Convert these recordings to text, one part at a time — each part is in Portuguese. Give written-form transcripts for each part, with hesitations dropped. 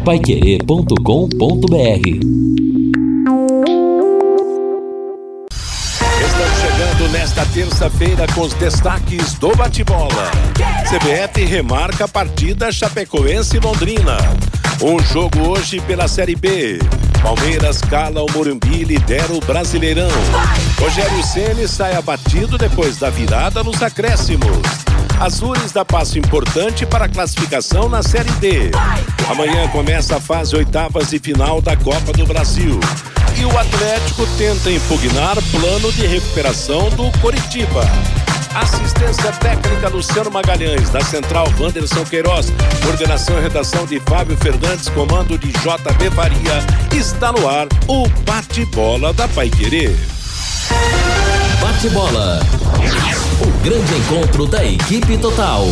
paiquerê.com.br. Estamos chegando nesta terça-feira com os destaques do bate-bola. CBF remarca a partida Chapecoense e Londrina. Um jogo hoje pela Série B. Palmeiras cala o Morumbi e lidera o Brasileirão. Rogério Ceni sai abatido depois da virada nos acréscimos. Azures dá passo importante para a classificação na Série D. Amanhã começa a fase oitavas de final da Copa do Brasil. E o Atlético tenta impugnar plano de recuperação do Coritiba. Assistência técnica Luciano Magalhães, da Central Wanderson Queiroz, coordenação e redação de Fábio Fernandes, comando de JB Faria. Está no ar o Bate-Bola da Paiquerê. Bate-Bola, o grande encontro da equipe total.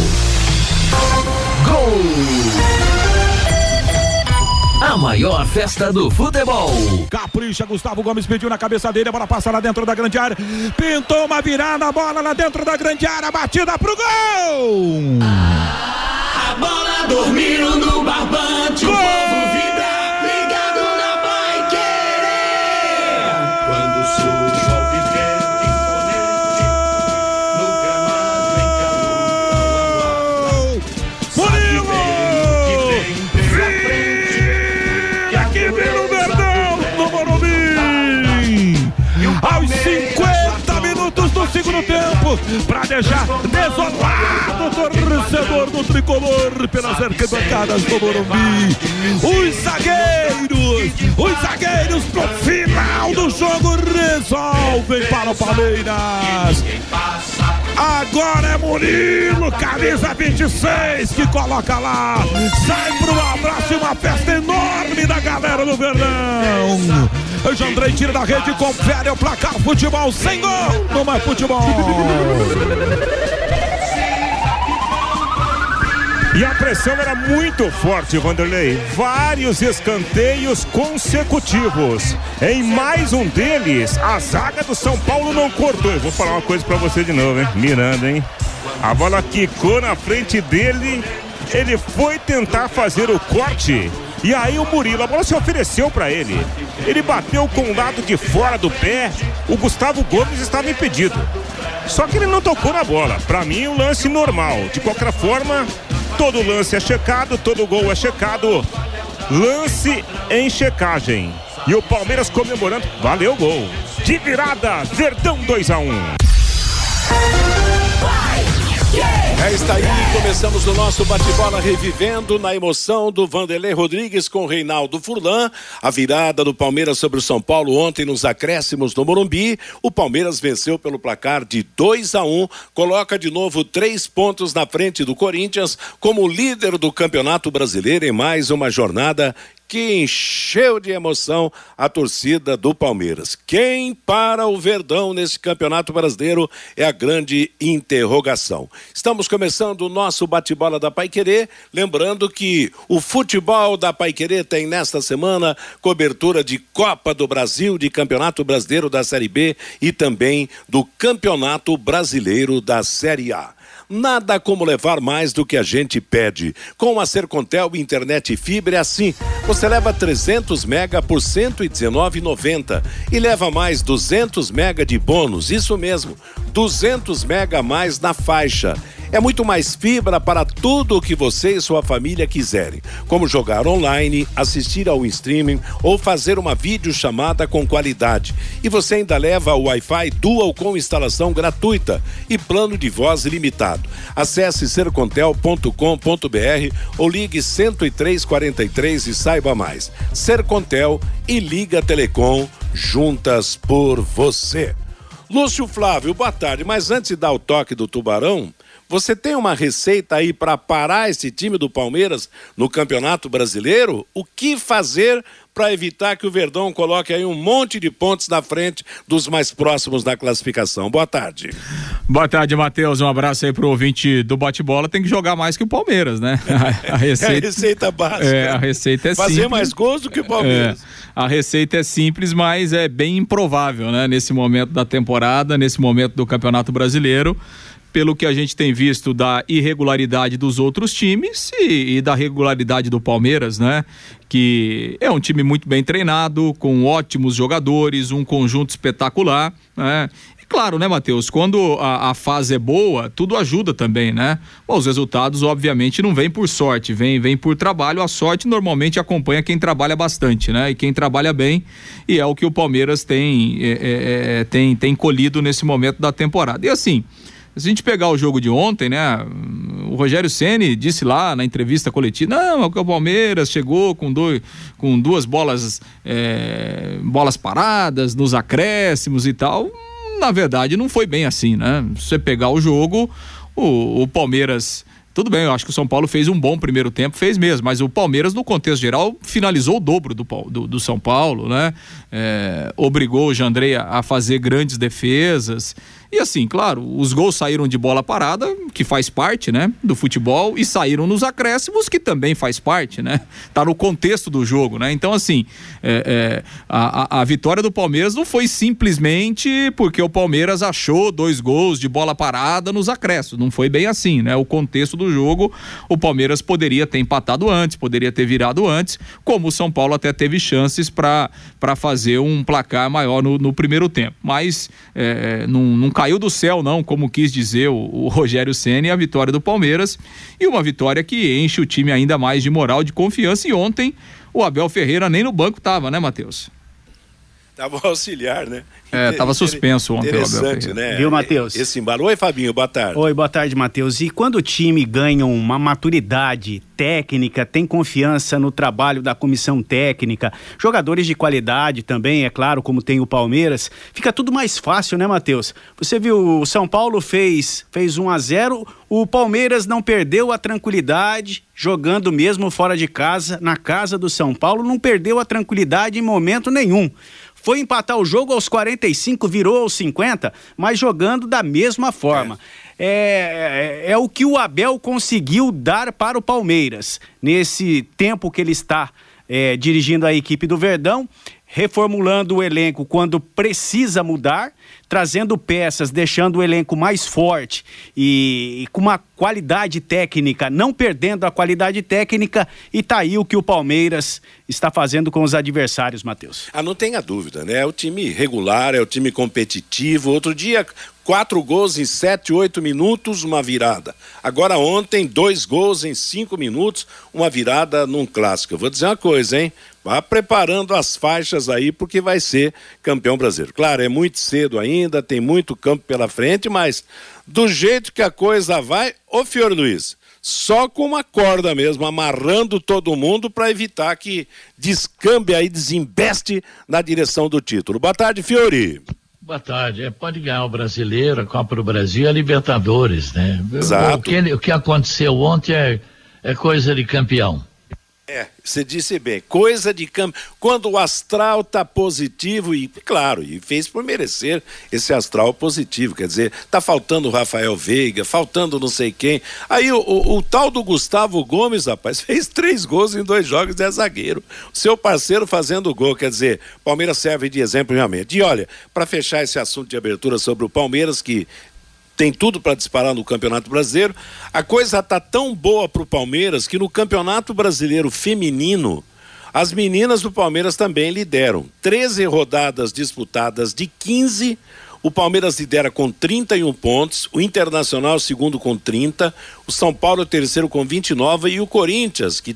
Gol! A maior festa do futebol. Capricha, Gustavo Gomes pediu na cabeça dele, a bola passa lá dentro da grande área. Pintou uma virada, a bola lá dentro da grande área, batida pro gol! A bola dormindo no barbante, gol! O povo vibra, ligado na Paiquerê. Quando surge o alviverde imponente, no gramado em calor, Murilo! Aos 50 minutos do segundo tempo, para deixar desolado o torcedor do tricolor pelas arquibancadas do Morumbi. Os zagueiros pro final do jogo resolvem para o Palmeiras. Agora é Murilo, camisa 26, que coloca lá. Sai pro abraço e uma festa enorme da galera do Verdão. O Jandrei tira da rede, confere o placar. Futebol sem gol, não mais futebol. E a pressão era muito forte, Vanderlei. Vários escanteios consecutivos. Em mais um deles, a zaga do São Paulo não cortou. Eu vou falar uma coisa pra você de novo, hein? Miranda, hein? A bola quicou na frente dele. Ele foi tentar fazer o corte. E aí o Murilo, a bola se ofereceu para ele. Ele bateu com o lado de fora do pé. O Gustavo Gomes estava impedido. Só que ele não tocou na bola. Para mim, um lance normal. De qualquer forma, todo lance é checado, todo gol é checado. Lance em checagem. E o Palmeiras comemorando. Valeu o gol. De virada, Verdão 2-1. Está aí, começamos o nosso bate-bola revivendo na emoção do Vanderlei Rodrigues com Reinaldo Furlan. A virada do Palmeiras sobre o São Paulo ontem nos acréscimos do Morumbi. O Palmeiras venceu pelo placar de 2-1, coloca de novo 3 pontos na frente do Corinthians como líder do Campeonato Brasileiro em mais uma jornada que encheu de emoção a torcida do Palmeiras. Quem para o Verdão nesse Campeonato Brasileiro é a grande interrogação. Estamos começando o nosso bate-bola da Paiquerê, lembrando que o futebol da Paiquerê tem nesta semana cobertura de Copa do Brasil, de Campeonato Brasileiro da Série B e também do Campeonato Brasileiro da Série A. Nada como levar mais do que a gente pede. Com a Sercontel Internet Fibra é assim. Você leva 300 mega por R$ 119,90 e leva mais 200 mega de bônus. Isso mesmo, 200 mega a mais na faixa. É muito mais fibra para tudo o que você e sua família quiserem, como jogar online, assistir ao streaming ou fazer uma videochamada com qualidade. E você ainda leva o Wi-Fi Dual com instalação gratuita e plano de voz ilimitado. Acesse sercontel.com.br ou ligue 10343 e saiba mais. Sercontel e Liga Telecom, juntas por você. Lúcio Flávio, boa tarde, mas antes de dar o toque do Tubarão, você tem uma receita aí para parar esse time do Palmeiras no Campeonato Brasileiro? O que fazer para evitar que o Verdão coloque aí um monte de pontos na frente dos mais próximos da classificação? Boa tarde. Boa tarde, Matheus. Um abraço aí pro ouvinte do bate-bola. Tem que jogar mais que o Palmeiras, né? A receita, é a receita básica. A receita é fazer simples. mais gols do que o Palmeiras. A receita é simples, mas é bem improvável, né? Nesse momento da temporada, nesse momento do Campeonato Brasileiro. pelo que a gente tem visto da irregularidade dos outros times e da regularidade do Palmeiras, né? Que é um time muito bem treinado, com ótimos jogadores, um conjunto espetacular, né? E claro, né, Matheus, quando a fase é boa, tudo ajuda também, né? Bom, os resultados, obviamente, não vêm por sorte, vem por trabalho. A sorte normalmente acompanha quem trabalha bastante, né? E quem trabalha bem, e é o que o Palmeiras tem colhido nesse momento da temporada. E assim, se a gente pegar o jogo de ontem, né? O Rogério Ceni disse lá na entrevista coletiva, não, o Palmeiras chegou com duas bolas paradas nos acréscimos e tal. Na verdade, não foi bem assim, né? Se você pegar o jogo, o Palmeiras... Tudo bem, eu acho que o São Paulo fez um bom primeiro tempo, fez mesmo, mas o Palmeiras, no contexto geral, finalizou o dobro do São Paulo, né? Obrigou o Jandrei a fazer grandes defesas. E assim, claro, os gols saíram de bola parada, que faz parte, né, do futebol, e saíram nos acréscimos, que também faz parte, né? Tá no contexto do jogo, né? Então, assim, a vitória do Palmeiras não foi simplesmente porque o Palmeiras achou 2 gols de bola parada nos acréscimos. Não foi bem assim, né? O contexto do jogo, o Palmeiras poderia ter empatado antes, poderia ter virado antes, como o São Paulo até teve chances para fazer um placar maior no primeiro tempo. Mas não caiu do céu, não, como quis dizer o Rogério Ceni, a vitória do Palmeiras, e uma vitória que enche o time ainda mais de moral, de confiança. E ontem o Abel Ferreira nem no banco estava, né, Matheus? Tava auxiliar, né? Tava suspenso ontem. Interessante, né? Viu, Matheus? Esse embalo. Oi, Fabinho, boa tarde. Oi, boa tarde, Matheus. E quando o time ganha uma maturidade técnica, tem confiança no trabalho da comissão técnica, jogadores de qualidade também, é claro, como tem o Palmeiras, fica tudo mais fácil, né, Matheus? Você viu, o São Paulo fez 1-0, o Palmeiras não perdeu a tranquilidade, jogando mesmo fora de casa, na casa do São Paulo, não perdeu a tranquilidade em momento nenhum. Foi empatar o jogo aos 45, virou aos 50, mas jogando da mesma forma. É o que o Abel conseguiu dar para o Palmeiras nesse tempo que ele está dirigindo a equipe do Verdão, reformulando o elenco quando precisa mudar, trazendo peças, deixando o elenco mais forte e com uma qualidade técnica, não perdendo a qualidade técnica, e tá aí o que o Palmeiras está fazendo com os adversários, Matheus. Não tenha dúvida, né? É o time regular, é o time competitivo. Outro dia, 4 gols em 7, 8 minutos, uma virada. Agora ontem, 2 gols em 5 minutos, uma virada num clássico. Eu vou dizer uma coisa, hein? Vá preparando as faixas aí, porque vai ser campeão brasileiro. Claro, é muito cedo ainda, tem muito campo pela frente, mas do jeito que a coisa vai, ô Fiore Luiz, só com uma corda mesmo, amarrando todo mundo para evitar que descambe aí, desembeste na direção do título. Boa tarde, Fiore. Boa tarde. Pode ganhar o Brasileiro, a Copa do Brasil e a Libertadores, né? Exato. O que aconteceu ontem é coisa de campeão. Você disse bem, coisa de campo. Quando o astral tá positivo, e claro, e fez por merecer esse astral positivo, quer dizer, tá faltando o Rafael Veiga, faltando não sei quem. Aí o tal do Gustavo Gomes, rapaz, fez 3 gols em 2 jogos, é zagueiro. O seu parceiro fazendo gol, quer dizer, Palmeiras serve de exemplo realmente. E olha, para fechar esse assunto de abertura sobre o Palmeiras, que tem tudo para disparar no Campeonato Brasileiro, a coisa tá tão boa pro Palmeiras que no Campeonato Brasileiro Feminino, as meninas do Palmeiras também lideram. 13 rodadas disputadas de 15, o Palmeiras lidera com 31 pontos, o Internacional segundo com 30, o São Paulo terceiro com 29 e o Corinthians, que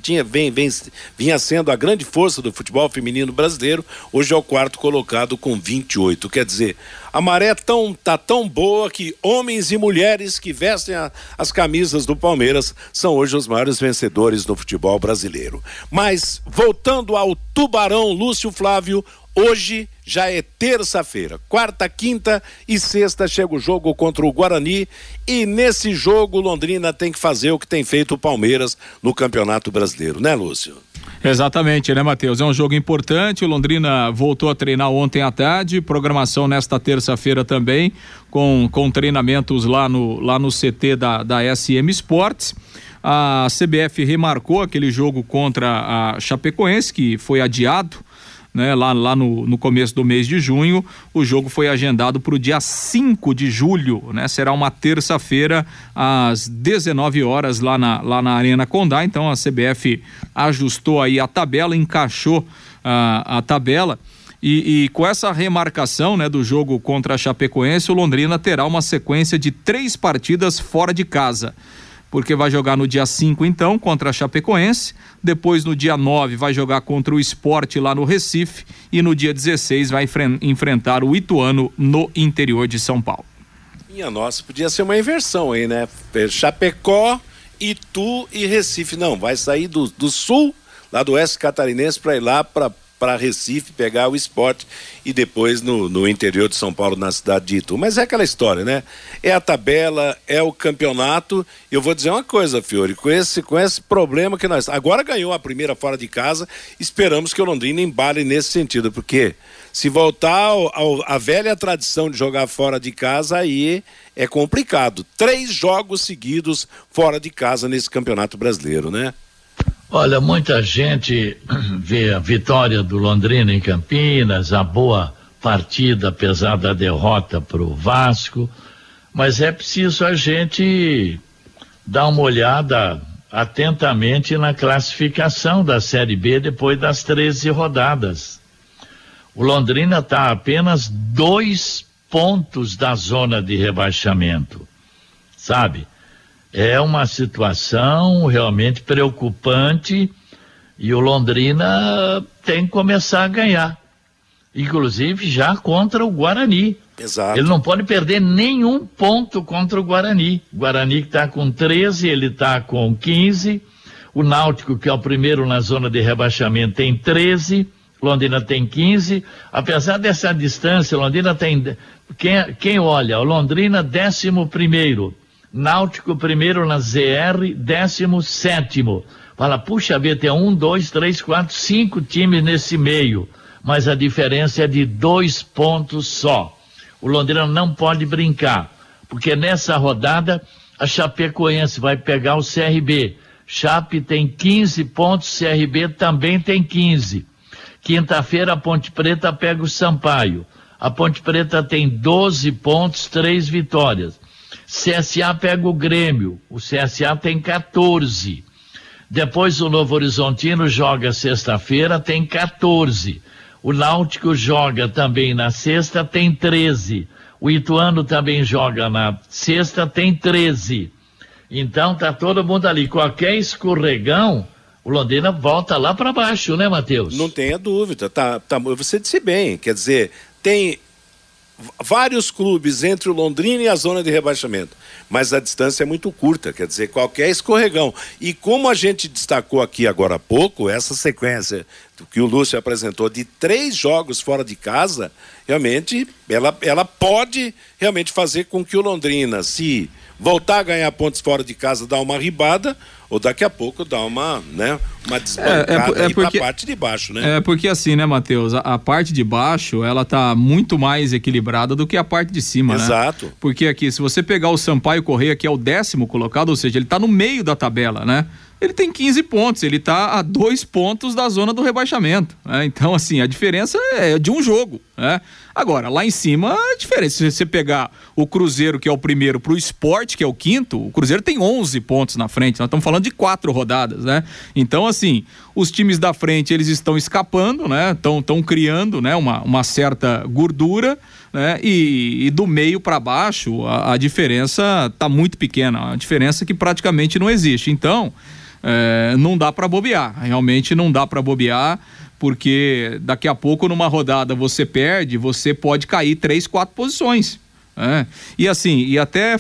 vinha sendo a grande força do futebol feminino brasileiro, hoje é o 4º colocado com 28. Quer dizer, a maré tá tão boa que homens e mulheres que vestem as camisas do Palmeiras são hoje os maiores vencedores do futebol brasileiro. Mas, voltando ao Tubarão, Lúcio Flávio, hoje já é terça-feira, quarta, quinta e sexta chega o jogo contra o Guarani, e nesse jogo Londrina tem que fazer o que tem feito o Palmeiras no Campeonato Brasileiro, né, Lúcio? Exatamente, né, Matheus? É um jogo importante. O Londrina voltou a treinar ontem à tarde, programação nesta terça-feira também, com treinamentos lá no CT da SM Sports. A CBF remarcou aquele jogo contra a Chapecoense, que foi adiado né? Lá no começo do mês de junho. O jogo foi agendado para o dia 5 de julho, né? Será uma terça-feira às 19 horas lá na Arena Condá. Então a CBF ajustou aí a tabela, encaixou a tabela. E com essa remarcação, né, do jogo contra a Chapecoense, o Londrina terá uma sequência de 3 partidas fora de casa, porque vai jogar no dia 5 então contra a Chapecoense, depois no dia 9 vai jogar contra o Sport lá no Recife e no dia 16 vai enfrentar o Ituano no interior de São Paulo. Minha nossa, podia ser uma inversão aí, né? Chapecó, Itu e Recife. Não, vai sair do sul, lá do oeste catarinense, para ir lá para Recife, pegar o Sport e depois no interior de São Paulo, na cidade de Itu. Mas é aquela história, né? É a tabela, é o campeonato. Eu vou dizer uma coisa, Fiore, com esse problema que nós... Agora ganhou a primeira fora de casa, esperamos que o Londrina embale nesse sentido, porque se voltar à velha tradição de jogar fora de casa, aí é complicado. 3 jogos seguidos fora de casa nesse Campeonato Brasileiro, né? Olha, muita gente vê a vitória do Londrina em Campinas, a boa partida, apesar da derrota para o Vasco, mas é preciso a gente dar uma olhada atentamente na classificação da Série B depois das 13 rodadas. O Londrina está a apenas 2 pontos da zona de rebaixamento, sabe? É uma situação realmente preocupante e o Londrina tem que começar a ganhar, inclusive já contra o Guarani. Exato. Ele não pode perder nenhum ponto contra o Guarani. O Guarani que está com 13, ele está com 15. O Náutico, que é o primeiro na zona de rebaixamento, tem 13. Londrina tem 15. Apesar dessa distância, Londrina tem... Quem olha? O Londrina 11º. Náutico primeiro na ZR, 17º. Fala, puxa vida, tem 1, 2, 3, 4, 5 times nesse meio, mas a diferença é de 2 pontos só. O Londrina não pode brincar, porque nessa rodada a Chapecoense vai pegar o CRB. Chape tem 15 pontos, CRB também tem 15. Quinta-feira a Ponte Preta pega o Sampaio. A Ponte Preta tem 12 pontos, 3 vitórias. CSA pega o Grêmio, o CSA tem 14. Depois o Novo Horizontino joga sexta-feira, tem 14. O Náutico joga também na sexta, tem 13. O Ituano também joga na sexta, tem 13. Então tá todo mundo ali. Qualquer escorregão, o Londrina volta lá para baixo, né, Matheus? Não tenha dúvida. Você disse bem, quer dizer, tem vários clubes entre o Londrina e a zona de rebaixamento, mas a distância é muito curta, quer dizer, qualquer escorregão. E como a gente destacou aqui agora há pouco, essa sequência que o Lúcio apresentou de 3 jogos fora de casa, realmente ela pode realmente fazer com que o Londrina, se voltar a ganhar pontos fora de casa, dar uma ribada, ou daqui a pouco dar uma desbancada para a parte de baixo, né? É porque assim, né, Matheus, a parte de baixo, ela tá muito mais equilibrada do que a parte de cima, né? Exato. Porque aqui, se você pegar o Sampaio Corrêa, que é o 10º colocado, ou seja, ele tá no meio da tabela, né? Ele tem 15 pontos, ele tá a 2 pontos da zona do rebaixamento, né? Então, assim, a diferença é de um jogo, né? Agora, lá em cima, a diferença, se você pegar o Cruzeiro, que é o primeiro, pro Sport, que é o 5º, o Cruzeiro tem 11 pontos na frente, nós estamos falando de 4 rodadas, né? Então, assim, os times da frente, eles estão escapando, né? Estão criando, né? Uma certa gordura, né? E do meio para baixo, a diferença tá muito pequena, a diferença que praticamente não existe. Então, não dá para bobear, realmente não dá para bobear, porque daqui a pouco numa rodada você perde, você pode cair 3, 4 posições. E assim, e até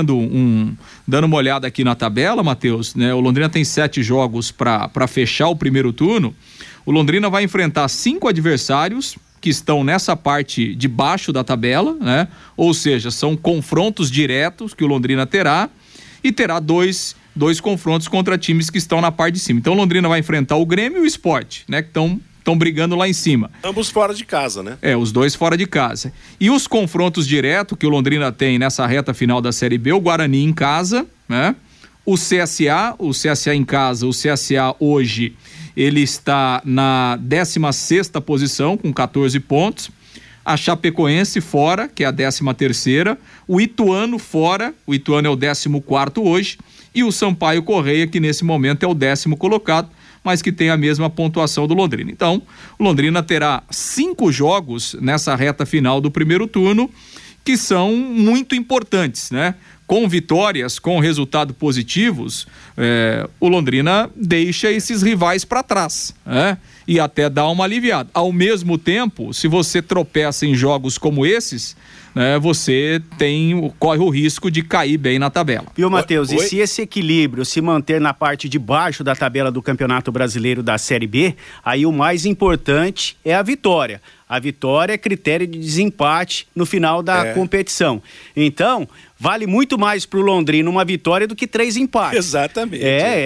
dando uma olhada aqui na tabela, Matheus, né? O Londrina tem 7 jogos para fechar o primeiro turno. O Londrina vai enfrentar 5 adversários que estão nessa parte de baixo da tabela, né? Ou seja, são confrontos diretos que o Londrina terá, e terá dois confrontos contra times que estão na parte de cima. Então o Londrina vai enfrentar o Grêmio e o Sport, né? Que estão brigando lá em cima. Ambos fora de casa, né? Os dois fora de casa. E os confrontos diretos que o Londrina tem nessa reta final da Série B, o Guarani em casa, né? O CSA em casa, o CSA hoje ele está na 16ª posição com 14 pontos. A Chapecoense fora, que é a 13ª, o Ituano fora, o Ituano é o 14º hoje, e o Sampaio Correia, que nesse momento é o 10º colocado, mas que tem a mesma pontuação do Londrina. Então, o Londrina terá 5 jogos nessa reta final do primeiro turno, que são muito importantes, né? Com vitórias, com resultados positivos, o Londrina deixa esses rivais para trás, né? E até dá uma aliviada. Ao mesmo tempo, se você tropeça em jogos como esses, né, você corre o risco de cair bem na tabela. Viu, Matheus? E se esse equilíbrio se manter na parte de baixo da tabela do Campeonato Brasileiro da Série B, aí o mais importante é a vitória. A vitória é critério de desempate no final da competição. Então, vale muito mais pro Londrina uma vitória do que 3 empates. Exatamente.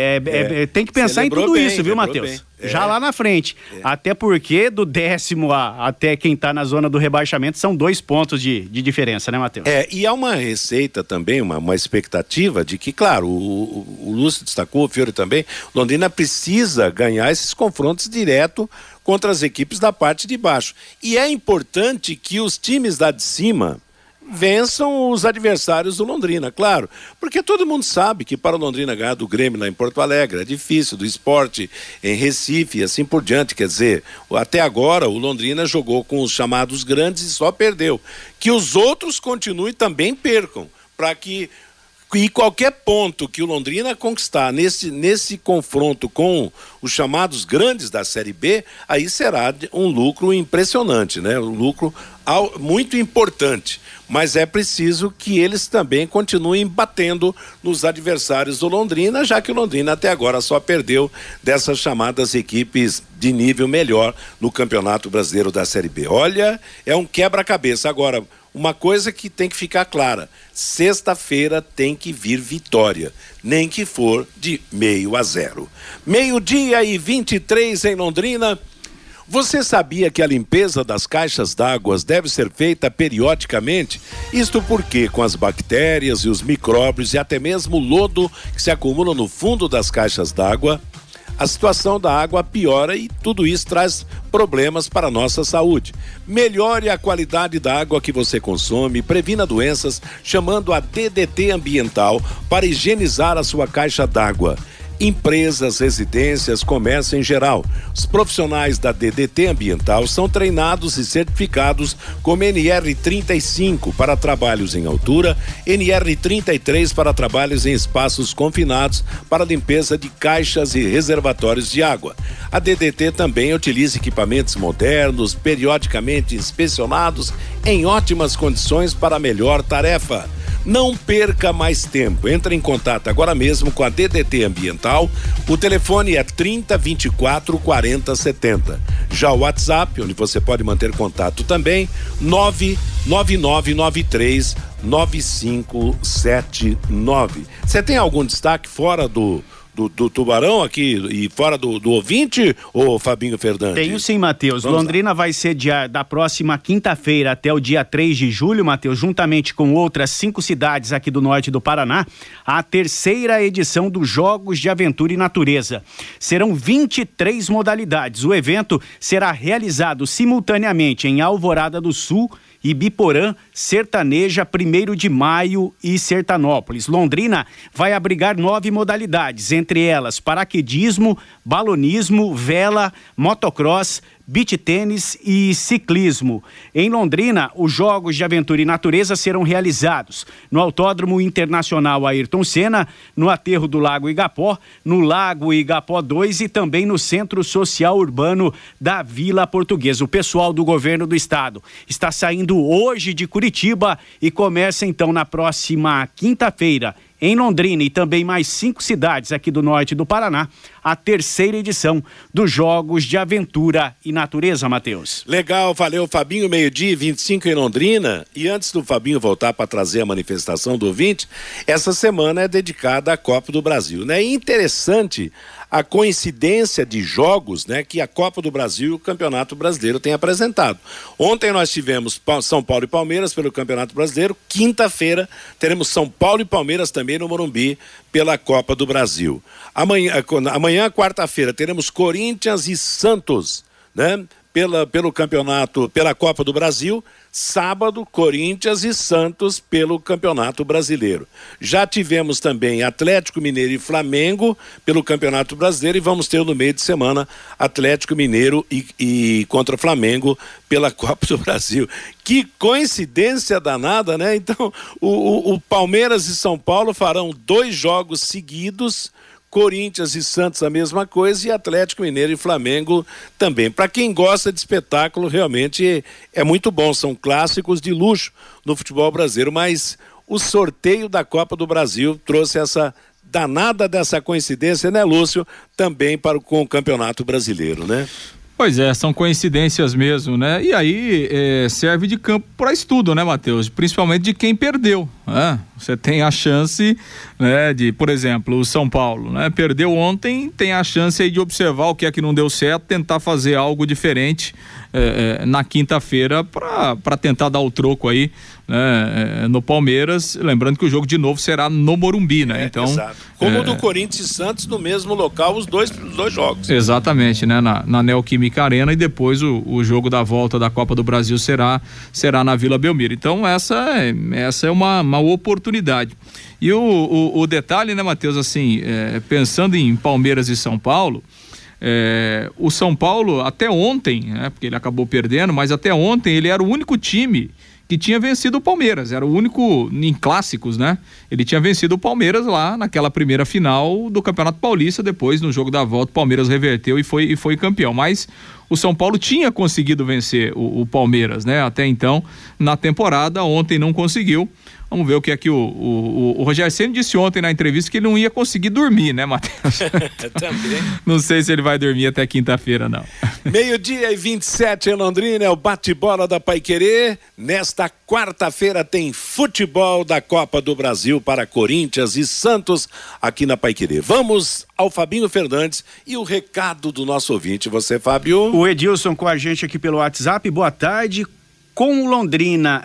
Tem que pensar em tudo isso, viu, Matheus? Já lá na frente. Até porque do 10º até quem tá na zona do rebaixamento são 2 pontos de diferença, né, Matheus? E há uma receita também, uma expectativa de que, claro, o Lúcio destacou, o Fiore também, Londrina precisa ganhar esses confrontos direto contra as equipes da parte de baixo. E é importante que os times lá de cima vençam os adversários do Londrina, claro, porque todo mundo sabe que para o Londrina ganhar do Grêmio lá em Porto Alegre é difícil, do Sport em Recife e assim por diante, quer dizer, até agora o Londrina jogou com os chamados grandes e só perdeu, que os outros continuem e também percam, para que e qualquer ponto que o Londrina conquistar nesse confronto com os chamados grandes da Série B, aí será um lucro impressionante, né? Um lucro muito importante. Mas é preciso que eles também continuem batendo nos adversários do Londrina, já que o Londrina até agora só perdeu dessas chamadas equipes de nível melhor no Campeonato Brasileiro da Série B. Olha, é um quebra-cabeça. Agora, uma coisa que tem que ficar clara, sexta-feira tem que vir vitória, nem que for de 0-0. 12:23 em Londrina. Você sabia que a limpeza das caixas d'água deve ser feita periodicamente? Isto porque com as bactérias e os micróbios e até mesmo o lodo que se acumulam no fundo das caixas d'água, a situação da água piora e tudo isso traz problemas para a nossa saúde. Melhore a qualidade da água que você consome, previna doenças, chamando a DDT Ambiental para higienizar a sua caixa d'água. Empresas, residências, comércio em geral. Os profissionais da DDT Ambiental são treinados e certificados como NR35 para trabalhos em altura, NR33 para trabalhos em espaços confinados para limpeza de caixas e reservatórios de água. A DDT também utiliza equipamentos modernos, periodicamente inspecionados, em ótimas condições para a melhor tarefa. Não perca mais tempo. Entre em contato agora mesmo com a DDT Ambiental. O telefone é 30 24 40 70. Já o WhatsApp, onde você pode manter contato também, 99993 9579. Você tem algum destaque fora do Tubarão aqui e fora do ouvinte, ô Fabinho Fernandes? Tenho sim, Matheus. Londrina vai ser da próxima quinta-feira até o dia 3 de julho, Matheus, juntamente com outras 5 cidades aqui do norte do Paraná, a 3ª edição dos Jogos de Aventura e Natureza. Serão 23 modalidades. O evento será realizado simultaneamente em Alvorada do Sul, Ibiporã, Sertaneja, 1º de Maio e Sertanópolis. Londrina vai abrigar 9 modalidades, entre elas paraquedismo, balonismo, vela, motocross, beach tênis e ciclismo. Em Londrina, os Jogos de Aventura e Natureza serão realizados no Autódromo Internacional Ayrton Senna, no Aterro do Lago Igapó, no Lago Igapó 2 e também no Centro Social Urbano da Vila Portuguesa. O pessoal do governo do estado está saindo hoje de Curitiba e começa então na próxima quinta-feira em Londrina e também mais 5 cidades aqui do norte do Paraná, a 3ª edição dos Jogos de Aventura e Natureza, Matheus. Legal, valeu, Fabinho, 12:25 em Londrina. E antes do Fabinho voltar para trazer a manifestação do ouvinte, essa semana é dedicada à Copa do Brasil, né? E interessante a coincidência de jogos, né, que a Copa do Brasil e o Campeonato Brasileiro têm apresentado. Ontem nós tivemos São Paulo e Palmeiras pelo Campeonato Brasileiro, quinta-feira teremos São Paulo e Palmeiras também no Morumbi pela Copa do Brasil. Amanhã quarta-feira, teremos Corinthians e Santos, né, pelo campeonato, pela Copa do Brasil. Sábado, Corinthians e Santos pelo Campeonato Brasileiro. Já tivemos também Atlético Mineiro e Flamengo pelo Campeonato Brasileiro e vamos ter no meio de semana Atlético Mineiro e contra Flamengo pela Copa do Brasil. Que coincidência danada, né? Então, o Palmeiras e São Paulo farão 2 jogos seguidos, Corinthians e Santos a mesma coisa e Atlético Mineiro e Flamengo também. Para quem gosta de espetáculo, realmente é muito bom, são clássicos de luxo no futebol brasileiro, mas o sorteio da Copa do Brasil trouxe essa danada dessa coincidência, né, Lúcio, também com o Campeonato Brasileiro, né? Pois é, são coincidências mesmo, né? E aí serve de campo para estudo, né, Matheus? Principalmente de quem perdeu, né? Você tem a chance, né, de, por exemplo, o São Paulo, né? Perdeu ontem, tem a chance aí de observar o que é que não deu certo, tentar fazer algo diferente na quinta-feira para tentar dar o troco aí, né, no Palmeiras, lembrando que o jogo de novo será no Morumbi, né? Então, exato. Como o do Corinthians e Santos no mesmo local, os dois jogos. Exatamente, né? Na Neoquímica Arena, e depois o jogo da volta da Copa do Brasil será na Vila Belmiro. Então essa é uma oportunidade. E o detalhe, né, Matheus, assim, pensando em Palmeiras e São Paulo, o São Paulo até ontem, né, porque ele acabou perdendo, mas até ontem ele era o único time que tinha vencido o Palmeiras, era o único em clássicos, né? Ele tinha vencido o Palmeiras lá naquela primeira final do Campeonato Paulista, depois no jogo da volta o Palmeiras reverteu e foi campeão, mas o São Paulo tinha conseguido vencer o Palmeiras, né? Até então, na temporada, ontem não conseguiu. Vamos ver o que é que o Rogério Ceni disse ontem na entrevista, que ele não ia conseguir dormir, né, Matheus? Também. Não sei se ele vai dormir até quinta-feira, não. 12:27 em Londrina, é o bate-bola da Paiquerê. Nesta quarta-feira tem futebol da Copa do Brasil para Corinthians e Santos aqui na Paiquerê. Vamos ao Fabinho Fernandes e o recado do nosso ouvinte. Você, Fábio? O Edilson com a gente aqui pelo WhatsApp. Boa tarde. Como o Londrina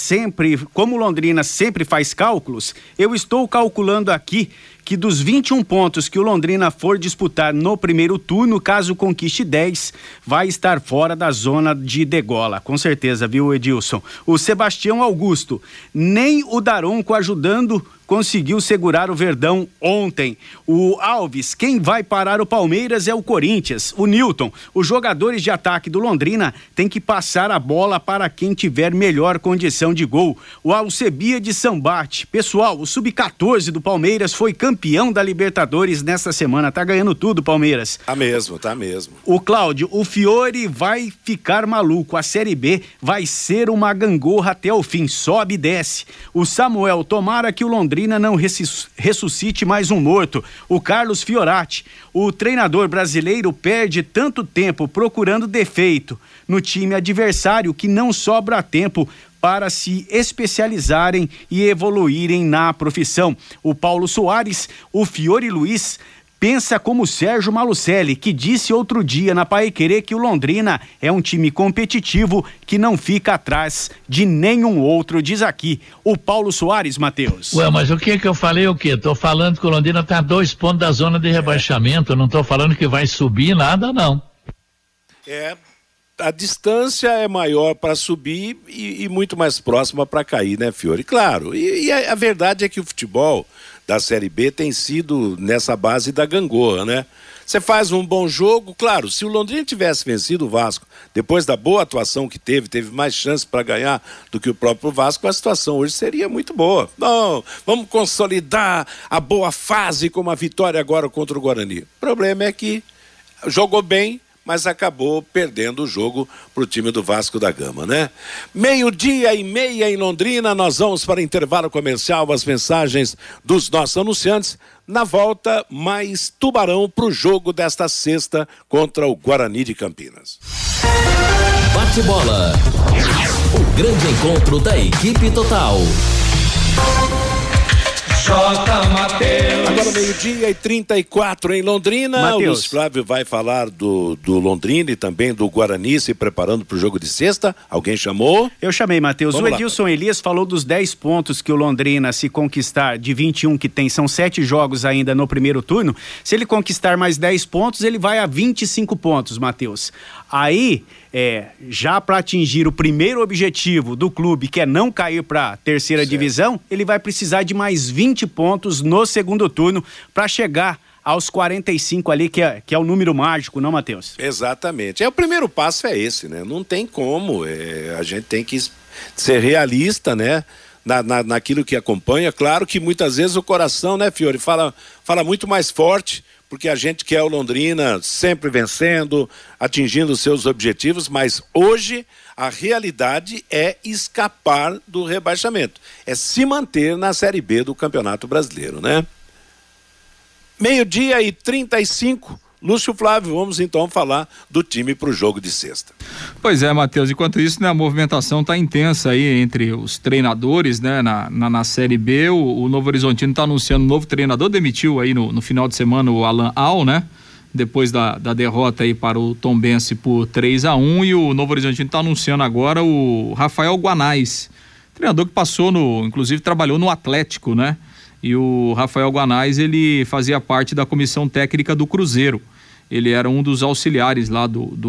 sempre faz cálculos, eu estou calculando aqui que dos 21 pontos que o Londrina for disputar no primeiro turno, caso conquiste 10, vai estar fora da zona de degola. Com certeza, viu, Edilson? O Sebastião Augusto, nem o Daronco ajudando, conseguiu segurar o Verdão ontem. O Alves, quem vai parar o Palmeiras é o Corinthians. O Newton, os jogadores de ataque do Londrina têm que passar a bola para quem tiver melhor condição de gol. O Alcebia de Sambate. Pessoal, o Sub-14 do Palmeiras foi campeão da Libertadores nesta semana. Tá ganhando tudo, Palmeiras. Tá mesmo. O Cláudio, o Fiore vai ficar maluco. A Série B vai ser uma gangorra até o fim. Sobe e desce. O Samuel, tomara que o Londrina não ressuscite mais um morto. O Carlos Fiorati, o treinador brasileiro perde tanto tempo procurando defeito no time adversário que não sobra tempo para se especializarem e evoluírem na profissão. O Paulo Soares, o Fiore Luiz, pensa como Sérgio Malucelli, que disse outro dia na Paiquerê que o Londrina é um time competitivo que não fica atrás de nenhum outro, diz aqui o Paulo Soares, Matheus. Ué, mas o que eu falei o quê? Tô falando que o Londrina tá a 2 pontos da zona de rebaixamento, não tô falando que vai subir nada, não. A distância é maior para subir e muito mais próxima para cair, né, Fiore? Claro, e a verdade é que o futebol da Série B tem sido nessa base da gangorra, né? Você faz um bom jogo, claro, se o Londrina tivesse vencido o Vasco, depois da boa atuação que teve mais chance para ganhar do que o próprio Vasco, a situação hoje seria muito boa. Não, vamos consolidar a boa fase com uma vitória agora contra o Guarani. O problema é que jogou bem, mas acabou perdendo o jogo para o time do Vasco da Gama, né? 12:30 em Londrina, nós vamos para intervalo comercial, as mensagens dos nossos anunciantes. Na volta, mais Tubarão para o jogo desta sexta contra o Guarani de Campinas. Bate-bola. O grande encontro da equipe total. Agora 12:34 em Londrina. Mateus. O Luiz Flávio vai falar do Londrina e também do Guarani se preparando para o jogo de sexta. Alguém chamou? Eu chamei, Matheus. O Edilson Elias falou dos 10 pontos que o Londrina, se conquistar de 21 que tem, são 7 jogos ainda no primeiro turno. Se ele conquistar mais 10 pontos, ele vai a 25 pontos, Matheus. Aí, já para atingir o primeiro objetivo do clube, que é não cair para a terceira divisão, ele vai precisar de mais 20 pontos no segundo turno para chegar aos 45 ali, que é o número mágico, não, Matheus? Exatamente. O primeiro passo é esse, né? Não tem como. A gente tem que ser realista, né? Naquilo que acompanha. Claro que muitas vezes o coração, né, Fiore, fala muito mais forte, porque a gente quer o Londrina sempre vencendo, atingindo seus objetivos, mas hoje a realidade é escapar do rebaixamento, é se manter na Série B do Campeonato Brasileiro, né? 12:35, Lúcio Flávio, vamos então falar do time para o jogo de sexta. Pois é, Matheus, enquanto isso, né, a movimentação está intensa aí entre os treinadores, né, na Série B. O Novo Horizontino está anunciando um novo treinador, demitiu aí no final de semana o Alan Al, né, depois da derrota aí para o Tombense por 3-1, e o Novo Horizontino está anunciando agora o Rafael Guanais, treinador que passou inclusive trabalhou no Atlético, né, e o Rafael Guanais, ele fazia parte da comissão técnica do Cruzeiro. Ele era um dos auxiliares lá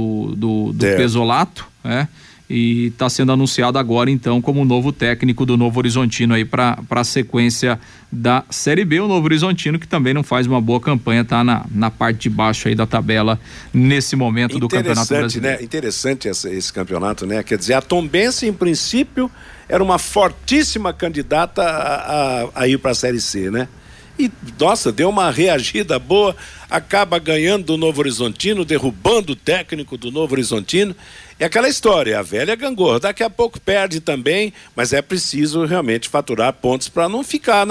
do Pesolato, né? E está sendo anunciado agora, então, como novo técnico do Novo Horizontino aí para a sequência da Série B. O Novo Horizontino, que também não faz uma boa campanha, tá na parte de baixo aí da tabela nesse momento do Campeonato Brasileiro. Né? Interessante esse campeonato, né? Quer dizer, a Tombense, em princípio, era uma fortíssima candidata a ir para a Série C, né? E, nossa, deu uma reagida boa, acaba ganhando do Novo Horizontino, derrubando o técnico do Novo Horizontino. É aquela história, a velha gangorra, daqui a pouco perde também, mas é preciso realmente faturar pontos para não ficar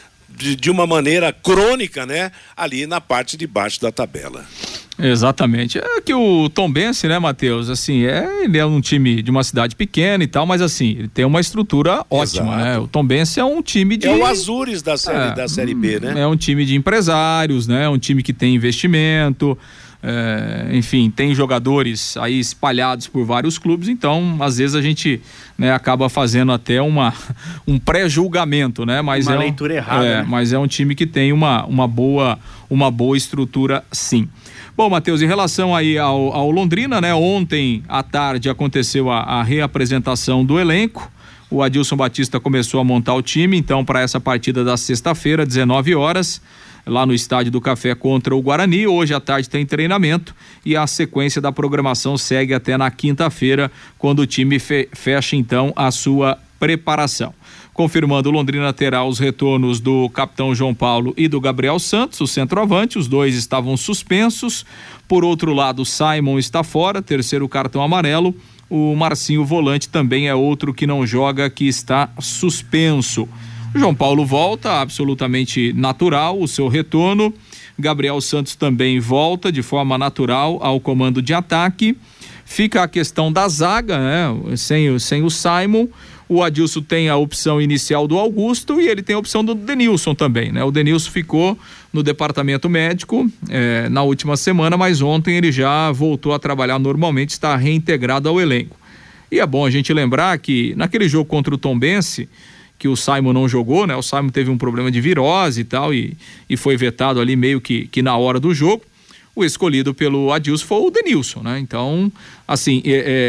de uma maneira crônica, né? Ali na parte de baixo da tabela. Exatamente. É que o Tombense, né, Matheus, assim, ele é um time de uma cidade pequena e tal, mas assim, ele tem uma estrutura ótima, né? O Tombense é um time de... É o Azures da série B, né? É um time de empresários, né? É um time que tem investimento, enfim, tem jogadores aí espalhados por vários clubes, então, às vezes a gente, né, acaba fazendo até um pré-julgamento, né? Mas uma leitura errada, né? Mas é um time que tem uma boa estrutura, sim. Bom, Matheus, em relação aí ao Londrina, né? Ontem à tarde aconteceu a reapresentação do elenco. O Adilson Batista começou a montar o time, então, para essa partida da sexta-feira, 19 horas, lá no Estádio do Café contra o Guarani. Hoje à tarde tem treinamento e a sequência da programação segue até na quinta-feira, quando o time fecha, então, a sua preparação. Confirmando, o Londrina terá os retornos do capitão João Paulo e do Gabriel Santos, o centroavante. Os dois estavam suspensos. Por outro lado, o Simon está fora, terceiro cartão amarelo. O Marcinho, volante, também é outro que não joga, que está suspenso. O João Paulo volta, absolutamente natural, o seu retorno. Gabriel Santos também volta de forma natural ao comando de ataque. Fica a questão da zaga, né? Sem o Simon. O Adilson tem a opção inicial do Augusto e ele tem a opção do Denilson também, né? O Denilson ficou no departamento médico na última semana, mas ontem ele já voltou a trabalhar normalmente, está reintegrado ao elenco. E é bom a gente lembrar que naquele jogo contra o Tombense, que o Simon não jogou, né? O Simon teve um problema de virose e tal, e foi vetado ali meio que na hora do jogo. O escolhido pelo Adilson foi o Denilson, né? Então, assim,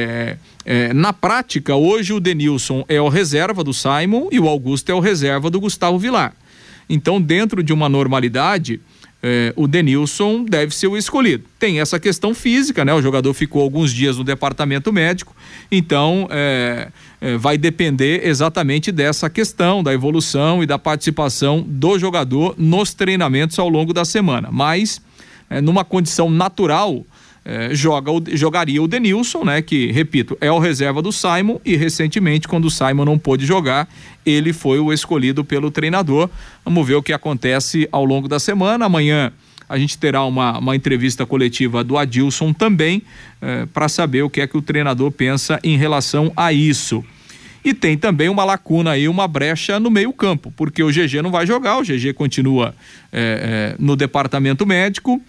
na prática, hoje o Denilson é o reserva do Simon e o Augusto é o reserva do Gustavo Vilar. Então, dentro de uma normalidade, o Denilson deve ser o escolhido. Tem essa questão física, né? O jogador ficou alguns dias no departamento médico, então vai depender exatamente dessa questão, da evolução e da participação do jogador nos treinamentos ao longo da semana. Mas numa condição natural, jogaria o Denilson, né? Que, repito, é o reserva do Simon, e recentemente, quando o Simon não pôde jogar, ele foi o escolhido pelo treinador. Vamos ver o que acontece ao longo da semana. Amanhã a gente terá uma entrevista coletiva do Adilson também, para saber o que é que o treinador pensa em relação a isso. E tem também uma lacuna aí, uma brecha no meio campo, porque o GG não vai jogar, o GG continua no departamento médico.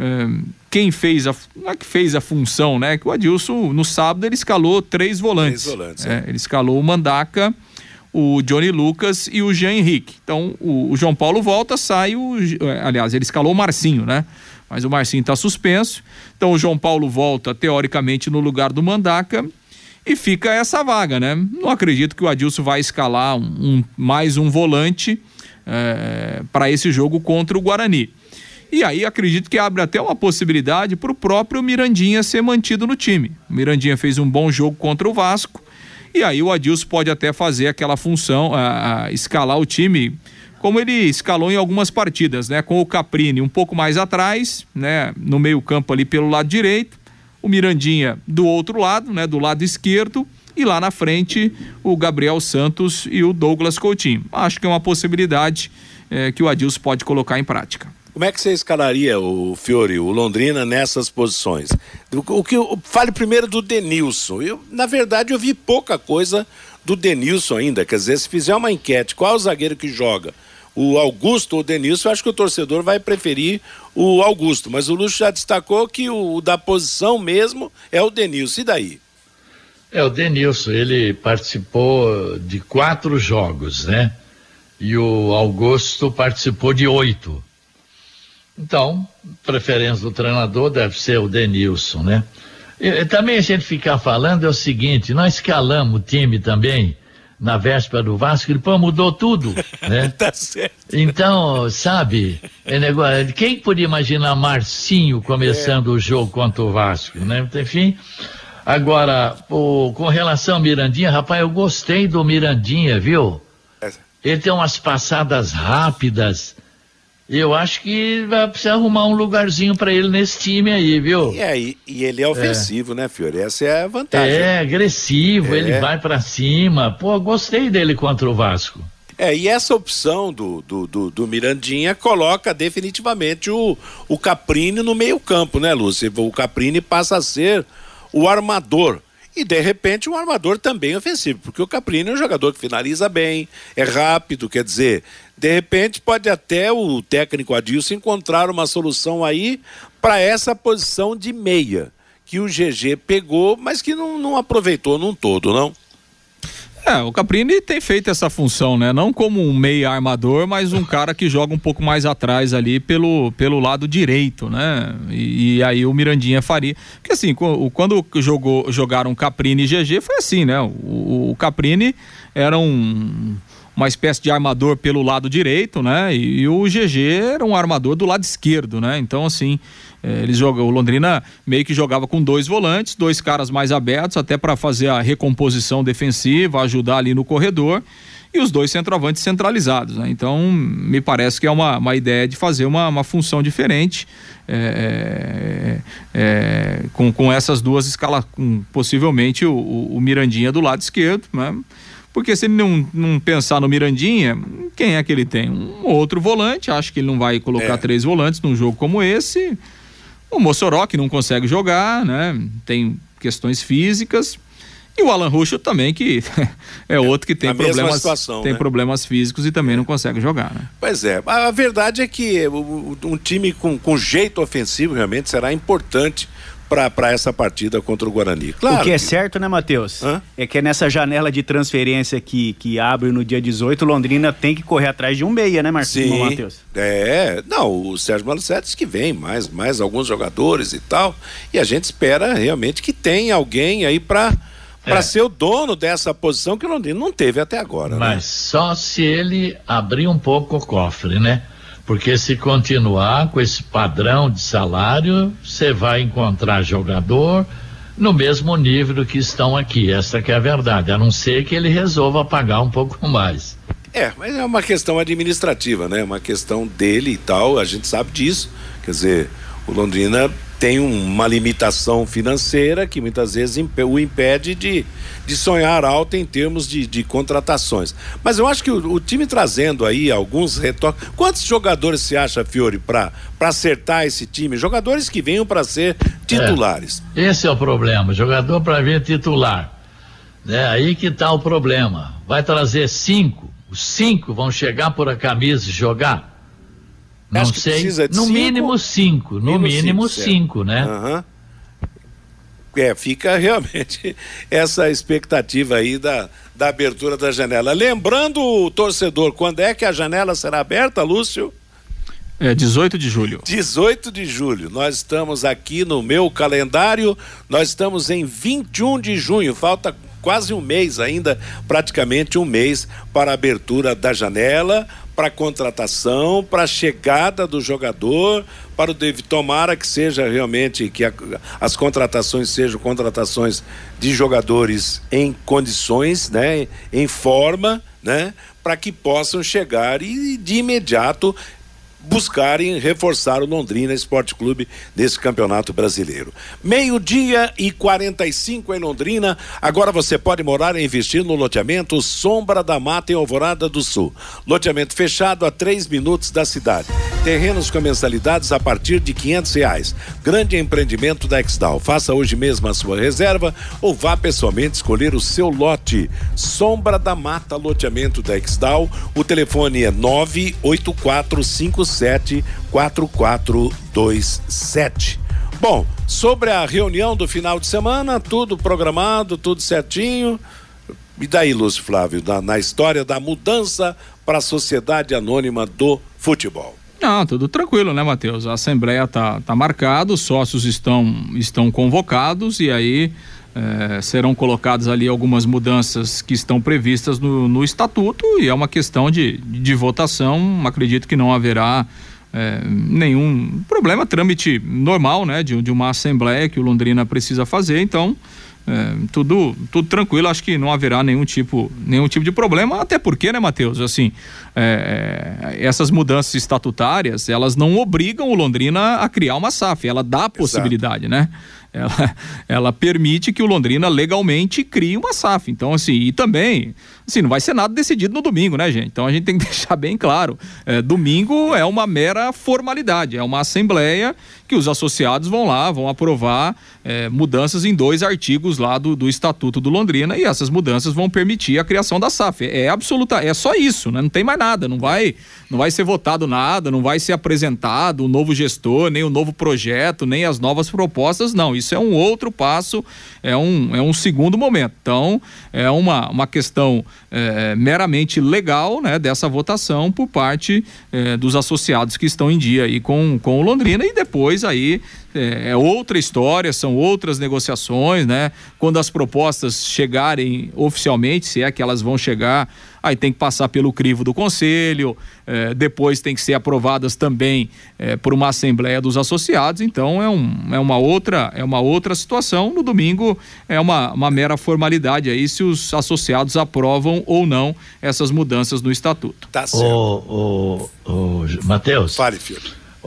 Quem fez a função, né? Que o Adilson, no sábado, ele escalou 3 volantes. Ele escalou o Mandaca, o Johnny Lucas e o Jean Henrique. Então, o João Paulo volta, sai aliás, ele escalou o Marcinho, né? Mas o Marcinho está suspenso. Então, o João Paulo volta, teoricamente, no lugar do Mandaca e fica essa vaga, né? Não acredito que o Adilson vai escalar mais um volante para esse jogo contra o Guarani. E aí acredito que abre até uma possibilidade para o próprio Mirandinha ser mantido no time. O Mirandinha fez um bom jogo contra o Vasco e aí o Adilson pode até fazer aquela função, escalar o time como ele escalou em algumas partidas, né? Com o Caprini um pouco mais atrás, né? No meio campo ali pelo lado direito, o Mirandinha do outro lado, né? Do lado esquerdo, e lá na frente o Gabriel Santos e o Douglas Coutinho. Acho que é uma possibilidade que o Adilson pode colocar em prática. Como é que você escalaria o Fiori, o Londrina, nessas posições? Fale primeiro do Denilson. Na verdade, eu vi pouca coisa do Denilson ainda. Quer dizer, se fizer uma enquete, qual é o zagueiro que joga? O Augusto ou o Denilson, eu acho que o torcedor vai preferir o Augusto. Mas o Lúcio já destacou que o da posição mesmo é o Denilson. E daí? O Denilson, ele participou de 4 jogos, né? E o Augusto participou de 8. Então, preferência do treinador deve ser o Denilson, né? E também a gente ficar falando é o seguinte, nós escalamos o time também na véspera do Vasco, ele mudou tudo, né? Tá certo. Então, sabe, quem podia imaginar Marcinho começando o jogo contra o Vasco, né? Enfim, agora, com relação ao Mirandinha, rapaz, eu gostei do Mirandinha, viu? Ele tem umas passadas rápidas. Eu acho que vai precisar arrumar um lugarzinho para ele nesse time aí, viu? E ele é ofensivo, né, Fiori? Essa é a vantagem. Agressivo, ele vai para cima. Gostei dele contra o Vasco. E essa opção do Mirandinha coloca definitivamente o Caprini no meio campo, né, Lúcio? O Caprini passa a ser o armador. E, de repente, um armador também ofensivo, porque o Caprini é um jogador que finaliza bem, é rápido, quer dizer, de repente pode até o técnico Adilson encontrar uma solução aí para essa posição de meia, que o GG pegou, mas que não aproveitou num todo, não? O Caprini tem feito essa função, né? Não como um meia armador, mas um cara que joga um pouco mais atrás ali pelo lado direito, né? E aí o Mirandinha faria. Porque assim, quando jogaram Caprini e GG, foi assim, né? O Caprini era uma espécie de armador pelo lado direito, né? E o GG era um armador do lado esquerdo, né? Então, assim, o Londrina meio que jogava com 2 volantes, 2 caras mais abertos, até para fazer a recomposição defensiva, ajudar ali no corredor, e os 2 centroavantes centralizados, né? Então, me parece que é uma ideia de fazer uma função diferente, com essas 2 escalas, possivelmente o Mirandinha do lado esquerdo, né? Porque se ele não pensar no Mirandinha, quem é que ele tem? Um outro volante, acho que ele não vai colocar 3 volantes num jogo como esse. O Mossoró, que não consegue jogar, né? Tem questões físicas. E o Alan Ruschel também, que é outro que tem problemas, situação, tem, né? Problemas físicos e também não consegue jogar, né? Pois é, a verdade é que um time com jeito ofensivo realmente será importante para essa partida contra o Guarani. Claro. O que é certo, né, Matheus? É que nessa janela de transferência que abre no dia 18, Londrina tem que correr atrás de um meia, né, Marcinho, Matheus? O Sérgio Malucelli diz que vem mais alguns jogadores e tal, e a gente espera realmente que tenha alguém aí para ser o dono dessa posição que o Londrina não teve até agora. Mas, né? Só se ele abrir um pouco o cofre, né? Porque se continuar com esse padrão de salário, você vai encontrar jogador no mesmo nível que estão aqui. Essa que é a verdade, a não ser que ele resolva pagar um pouco mais. Mas é uma questão administrativa, né? Uma questão dele e tal, a gente sabe disso. Quer dizer, o Londrina tem uma limitação financeira que muitas vezes o impede de sonhar alto em termos de contratações. Mas eu acho que o time trazendo aí alguns retoques. Quantos jogadores você acha, Fiori, para acertar esse time? Jogadores que venham para ser titulares. Esse é o problema, jogador para vir titular. Aí que tá o problema. Vai trazer 5. Os 5 vão chegar por a camisa e jogar? Não sei. No mínimo 5. No mínimo 5, né? Uhum. Fica realmente essa expectativa aí da abertura da janela. Lembrando o torcedor, quando é que a janela será aberta, Lúcio? 18 de julho. 18 de julho. Nós estamos aqui no meu calendário, nós estamos em 21 de junho, falta quase um mês ainda, praticamente um mês para a abertura da janela, para a contratação, para a chegada do jogador, para o tomara que seja realmente, que as contratações sejam contratações de jogadores em condições, né, em forma, né, para que possam chegar e de imediato buscarem reforçar o Londrina Esporte Clube nesse campeonato brasileiro. 12:45 em Londrina. Agora você pode morar e investir no loteamento Sombra da Mata em Alvorada do Sul. Loteamento fechado a 3 minutos da cidade. Terrenos com mensalidades a partir de R$500. Grande empreendimento da Exdal. Faça hoje mesmo a sua reserva ou vá pessoalmente escolher o seu lote. Sombra da Mata, loteamento da Exdal. O telefone é 98457-4427. Bom, sobre a reunião do final de semana, tudo programado, tudo certinho. E daí, Lúcio Flávio, na história da mudança para a Sociedade Anônima do Futebol? Não, tudo tranquilo, né, Matheus? A assembleia tá marcada, os sócios estão convocados e aí serão colocadas ali algumas mudanças que estão previstas no estatuto e é uma questão de votação. Acredito que não haverá nenhum problema, trâmite normal, né, de uma assembleia que o Londrina precisa fazer, então tudo tranquilo, acho que não haverá nenhum tipo de problema, até porque, né, Matheus, assim, essas mudanças estatutárias, elas não obrigam o Londrina a criar uma SAF, ela dá a possibilidade, né? Ela permite que o Londrina legalmente crie uma SAF, então assim, e também, assim, não vai ser nada decidido no domingo, né, gente? Então a gente tem que deixar bem claro, domingo é uma mera formalidade, é uma assembleia que os associados vão aprovar mudanças em 2 artigos lá do Estatuto do Londrina e essas mudanças vão permitir a criação da SAF, é só isso, né? Não tem mais nada, não vai ser votado nada, não vai ser apresentado o novo gestor, nem o novo projeto, nem as novas propostas, não, isso é um outro passo, é um segundo momento, então é uma questão meramente legal, né, dessa votação por parte dos associados que estão em dia aí com o Londrina e depois aí é outra história, são outras negociações, né? Quando as propostas chegarem oficialmente, se é que elas vão chegar, aí tem que passar pelo crivo do conselho, depois tem que ser aprovadas também por uma assembleia dos associados, então é uma outra situação. No domingo é uma mera formalidade aí se os associados aprovam ou não essas mudanças no estatuto. Tá certo. Matheus. Fale, filho.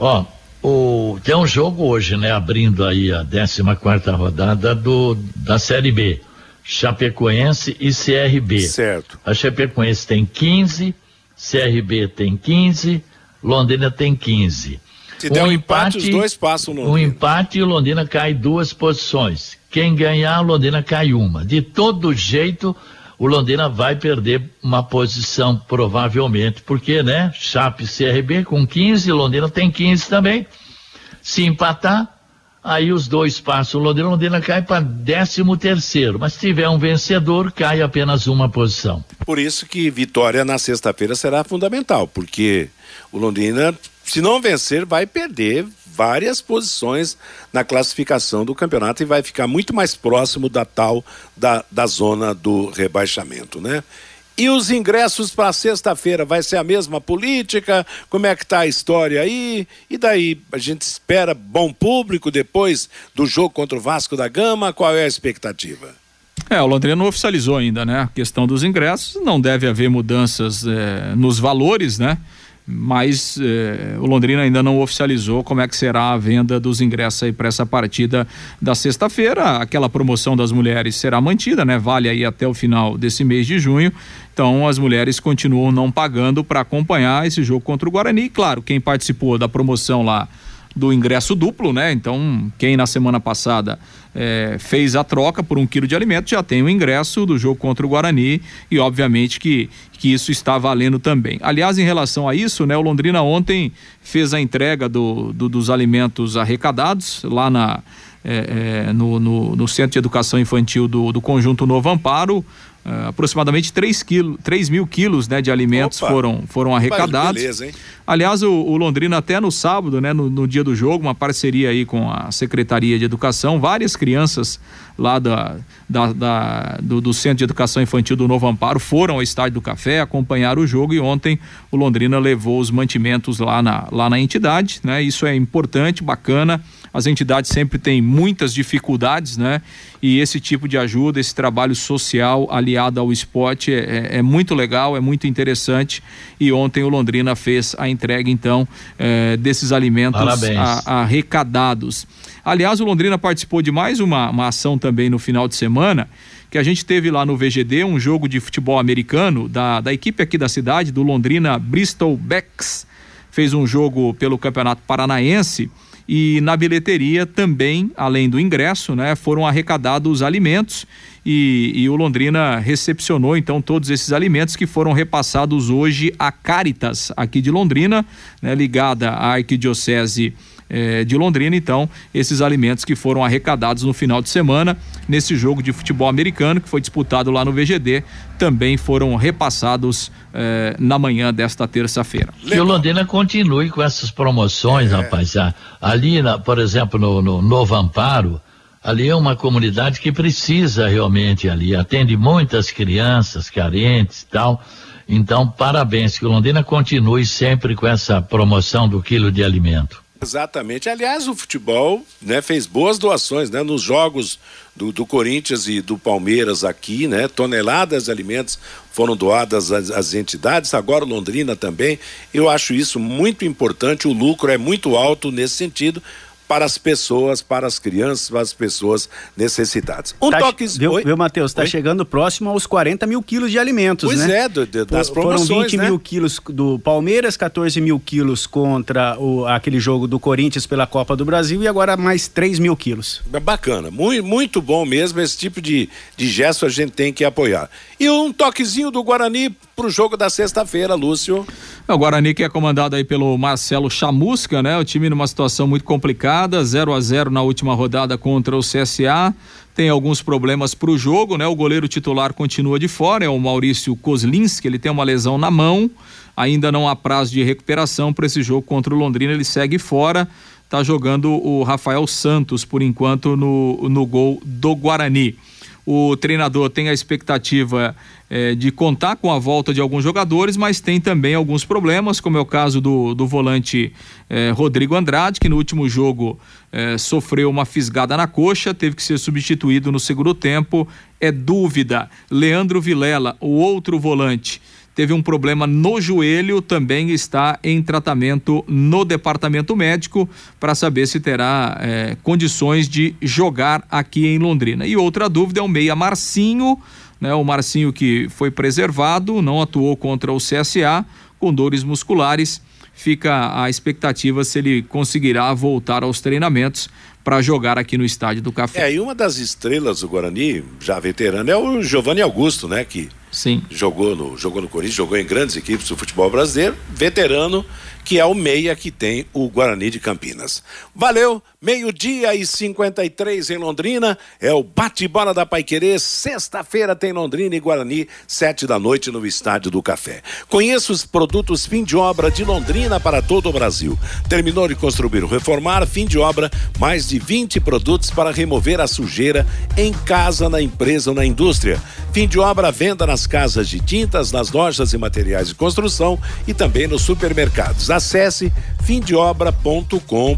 Tem um jogo hoje, né? Abrindo aí a 14ª rodada da Série B. Chapecoense e CRB. Certo. A Chapecoense tem 15, CRB tem 15, Londrina tem 15. Se der um empate, os dois passam no Londrina. Um empate e o Londrina cai 2 posições. Quem ganhar, o Londrina cai 1. De todo jeito, o Londrina vai perder uma posição, provavelmente, porque, né? Chape e CRB com 15, Londrina tem 15 também. Se empatar, aí os dois passam o Londrina cai para 13º, mas se tiver um vencedor, cai apenas uma posição. Por isso que vitória na sexta-feira será fundamental, porque o Londrina, se não vencer, vai perder várias posições na classificação do campeonato e vai ficar muito mais próximo da zona do rebaixamento, né? E os ingressos para sexta-feira, vai ser a mesma política? Como é que tá a história aí? E daí, a gente espera bom público depois do jogo contra o Vasco da Gama? Qual é a expectativa? O Londrina não oficializou ainda, né? A questão dos ingressos, não deve haver mudanças nos valores, né? Mas o Londrina ainda não oficializou como é que será a venda dos ingressos aí para essa partida da sexta-feira. Aquela promoção das mulheres será mantida, né? Vale aí até o final desse mês de junho. Então as mulheres continuam não pagando para acompanhar esse jogo contra o Guarani. Claro, quem participou da promoção lá do ingresso duplo, né? Então, quem na semana passada fez a troca por 1 quilo de alimento já tem o ingresso do jogo contra o Guarani e obviamente que isso está valendo também. Aliás, em relação a isso, né? O Londrina ontem fez a entrega dos alimentos arrecadados lá no Centro de Educação Infantil do Conjunto Novo Amparo. Aproximadamente 3 mil quilos, né, de alimentos foram arrecadados. Beleza, hein? Aliás, o Londrina até no sábado, né, no dia do jogo, uma parceria aí com a Secretaria de Educação, várias crianças lá do Centro de Educação Infantil do Novo Amparo foram ao Estádio do Café, acompanharam o jogo e ontem o Londrina levou os mantimentos lá na entidade, né? Isso é importante, bacana. As entidades sempre têm muitas dificuldades, né? E esse tipo de ajuda, esse trabalho social aliado ao esporte é muito legal, é muito interessante. E ontem o Londrina fez a entrega, então, desses alimentos arrecadados. Aliás, o Londrina participou de mais uma ação também no final de semana, que a gente teve lá no VGD, um jogo de futebol americano da equipe aqui da cidade, do Londrina Bristol Becks. Fez um jogo pelo Campeonato Paranaense. E na bilheteria também, além do ingresso, né, foram arrecadados alimentos e o Londrina recepcionou então todos esses alimentos que foram repassados hoje à Caritas aqui de Londrina, né, ligada à Arquidiocese de Londrina. Então, esses alimentos que foram arrecadados no final de semana nesse jogo de futebol americano que foi disputado lá no VGD também foram repassados na manhã desta terça-feira. Que o Londrina continue com essas promoções, rapaz. Ali, por exemplo, no Novo Amparo, ali é uma comunidade que precisa realmente ali, atende muitas crianças carentes e tal. Então, parabéns, que o Londrina continue sempre com essa promoção do quilo de alimento. Exatamente. Aliás, o futebol, né, fez boas doações, né, nos jogos do Corinthians e do Palmeiras aqui, né, toneladas de alimentos foram doadas às entidades, agora o Londrina também. Eu acho isso muito importante, o lucro é muito alto nesse sentido, para as pessoas, para as crianças, para as pessoas necessitadas. Viu, Matheus? Está chegando próximo aos 40 mil quilos de alimentos, pois né? Das promoções, foram 20 né? mil quilos do Palmeiras, 14 mil quilos contra aquele jogo do Corinthians pela Copa do Brasil e agora mais 3 mil quilos. Bacana, muito bom mesmo, esse tipo de gesto a gente tem que apoiar. E um toquezinho do Guarani pro jogo da sexta-feira, Lúcio. O Guarani que é comandado aí pelo Marcelo Chamusca, né? O time numa situação muito complicada, 0-0 na última rodada contra o CSA, tem alguns problemas pro jogo, né? O goleiro titular continua de fora, é o Maurício Kozlinski, ele tem uma lesão na mão, ainda não há prazo de recuperação para esse jogo contra o Londrina, ele segue fora, tá jogando o Rafael Santos por enquanto no gol do Guarani. O treinador tem a expectativa de contar com a volta de alguns jogadores, mas tem também alguns problemas, como é o caso do volante Rodrigo Andrade, que no último jogo sofreu uma fisgada na coxa, teve que ser substituído no segundo tempo. É dúvida. Leandro Vilela, o outro volante, teve um problema no joelho, também está em tratamento no departamento médico para saber se terá condições de jogar aqui em Londrina. E outra dúvida é o meia Marcinho, né? O Marcinho que foi preservado, não atuou contra o CSA, com dores musculares. Fica a expectativa se ele conseguirá voltar aos treinamentos para jogar aqui no Estádio do Café. E uma das estrelas do Guarani, já veterano, é o Giovanni Augusto, né? Que sim, jogou no Corinthians, jogou em grandes equipes do futebol brasileiro, veterano, que é o meia que tem o Guarani de Campinas. Valeu, 12:53 em Londrina, é o bate-bola da Paiquerê, sexta-feira tem Londrina e Guarani, 19h no Estádio do Café. Conheça os produtos fim de obra de Londrina para todo o Brasil. Terminou de construir ou reformar, fim de obra, mais de 20 produtos para remover a sujeira em casa, na empresa ou na indústria. Fim de obra, venda nas casas de tintas, nas lojas e materiais de construção e também nos supermercados. Acesse fimdeobra.com.br.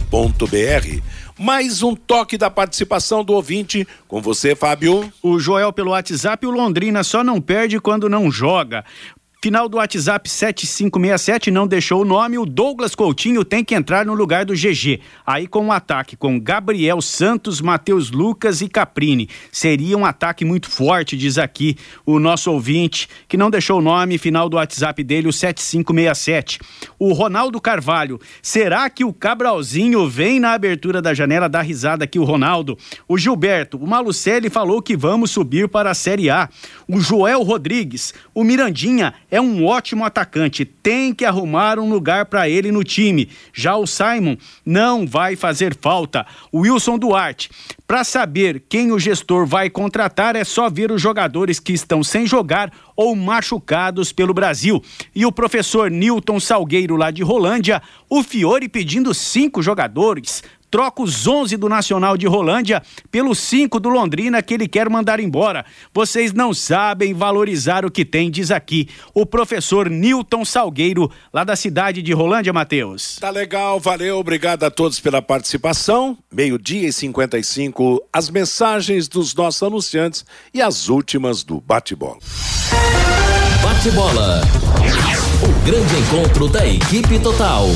Mais um toque da participação do ouvinte com você, Fábio. O Joel pelo WhatsApp, o Londrina só não perde quando não joga. Final do WhatsApp 7567, não deixou o nome, o Douglas Coutinho tem que entrar no lugar do GG. Aí com um ataque com Gabriel Santos, Matheus Lucas e Caprini. Seria um ataque muito forte, diz aqui o nosso ouvinte, que não deixou o nome, final do WhatsApp dele, o 7567. O Ronaldo Carvalho, será que o Cabralzinho vem na abertura da janela? Dá risada aqui o Ronaldo. O Gilberto, o Malucelli falou que vamos subir para a Série A. O Joel Rodrigues, o Mirandinha é um ótimo atacante, tem que arrumar um lugar para ele no time. Já o Simon não vai fazer falta. O Wilson Duarte, para saber quem o gestor vai contratar é só ver os jogadores que estão sem jogar ou machucados pelo Brasil. E o professor Newton Salgueiro lá de Rolândia, o Fiore pedindo 5 jogadores. Troca os 11 do Nacional de Rolândia pelos 5 do Londrina que ele quer mandar embora. Vocês não sabem valorizar o que tem, diz aqui o professor Newton Salgueiro, lá da cidade de Rolândia, Matheus. Tá legal, valeu, obrigado a todos pela participação. 12:55, as mensagens dos nossos anunciantes e as últimas do Bate-Bola. Bate-Bola. O grande encontro da equipe total.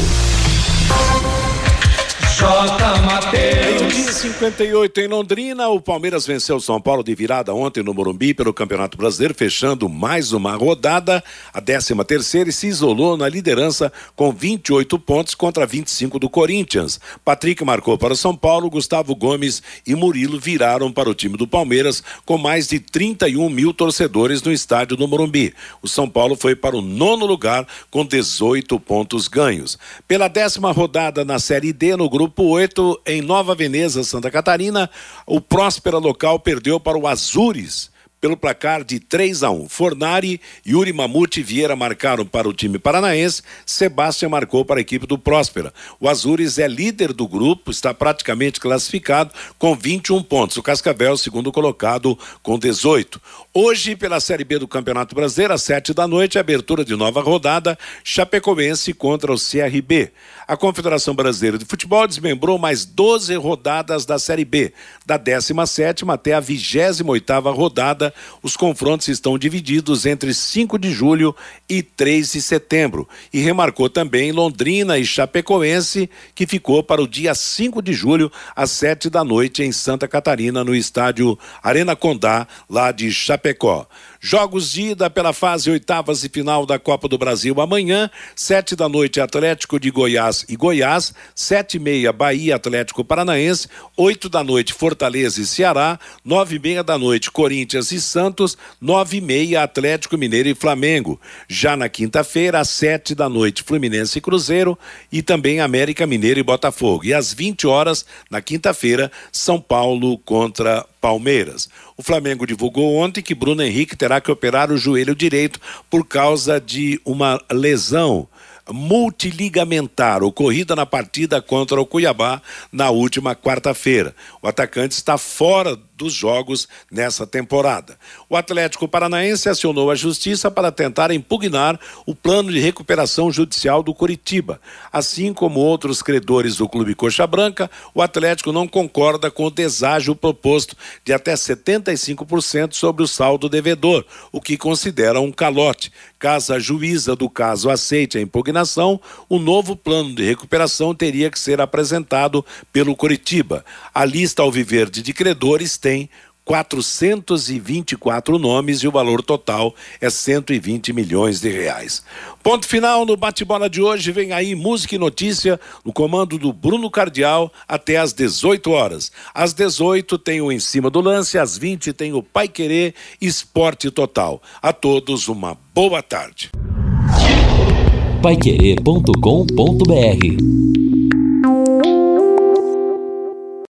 Meio-dia 58 em Londrina, o Palmeiras venceu o São Paulo de virada ontem no Morumbi pelo Campeonato Brasileiro, fechando mais uma rodada, a 13ª, e se isolou na liderança com 28 pontos contra 25 do Corinthians. Patrick marcou para o São Paulo, Gustavo Gomes e Murilo viraram para o time do Palmeiras com mais de 31 mil torcedores no estádio do Morumbi. O São Paulo foi para o 9º lugar com 18 pontos ganhos. Pela 10ª rodada na Série D, no grupo 8, em Nova Veneza, Santa Catarina, o Próspera local perdeu para o Azures pelo placar de 3-1. Fornari, Yuri Mamute e Vieira marcaram para o time paranaense, Sebastião marcou para a equipe do Próspera. O Azures é líder do grupo, está praticamente classificado com 21 pontos. O Cascavel, segundo colocado, com 18. Hoje, pela Série B do Campeonato Brasileiro, às 7h, abertura de nova rodada, Chapecoense contra o CRB. A Confederação Brasileira de Futebol desmembrou mais 12 rodadas da Série B. Da 17ª até a 28ª rodada, os confrontos estão divididos entre 5 de julho e 3 de setembro. E remarcou também Londrina e Chapecoense, que ficou para o dia 5 de julho, às 7h em Santa Catarina, no estádio Arena Condá, lá de Chapecó. Jogos de ida pela fase 8ª e final da Copa do Brasil amanhã, 7h, Atlético de Goiás e Goiás, 7h30, Bahia, Atlético Paranaense, 8h, Fortaleza e Ceará, 9h30, Corinthians e Santos, 9h30, Atlético Mineiro e Flamengo. Já na quinta-feira, às 7h, Fluminense e Cruzeiro, e também América Mineiro e Botafogo. E às 20h, na quinta-feira, São Paulo contra Palmeiras. O Flamengo divulgou ontem que Bruno Henrique terá que operar o joelho direito por causa de uma lesão multiligamentar ocorrida na partida contra o Cuiabá na última quarta-feira. O atacante está fora dos jogos nessa temporada. O Atlético Paranaense acionou a justiça para tentar impugnar o plano de recuperação judicial do Coritiba. Assim como outros credores do Clube Coxa Branca, o Atlético não concorda com o deságio proposto de até 75% sobre o saldo devedor, o que considera um calote. Caso a juíza do caso aceite a impugnação, o novo plano de recuperação teria que ser apresentado pelo Coritiba. A lista alviverde de credores tem 424 nomes e o valor total é 120 milhões de reais. Ponto final no bate-bola de hoje. Vem aí música e notícia no comando do Bruno Cardial até às 18h. Às 18h tem o Em Cima do Lance, às 20h tem o Pai Querer Esporte Total. A todos uma boa tarde. paiquerê.com.br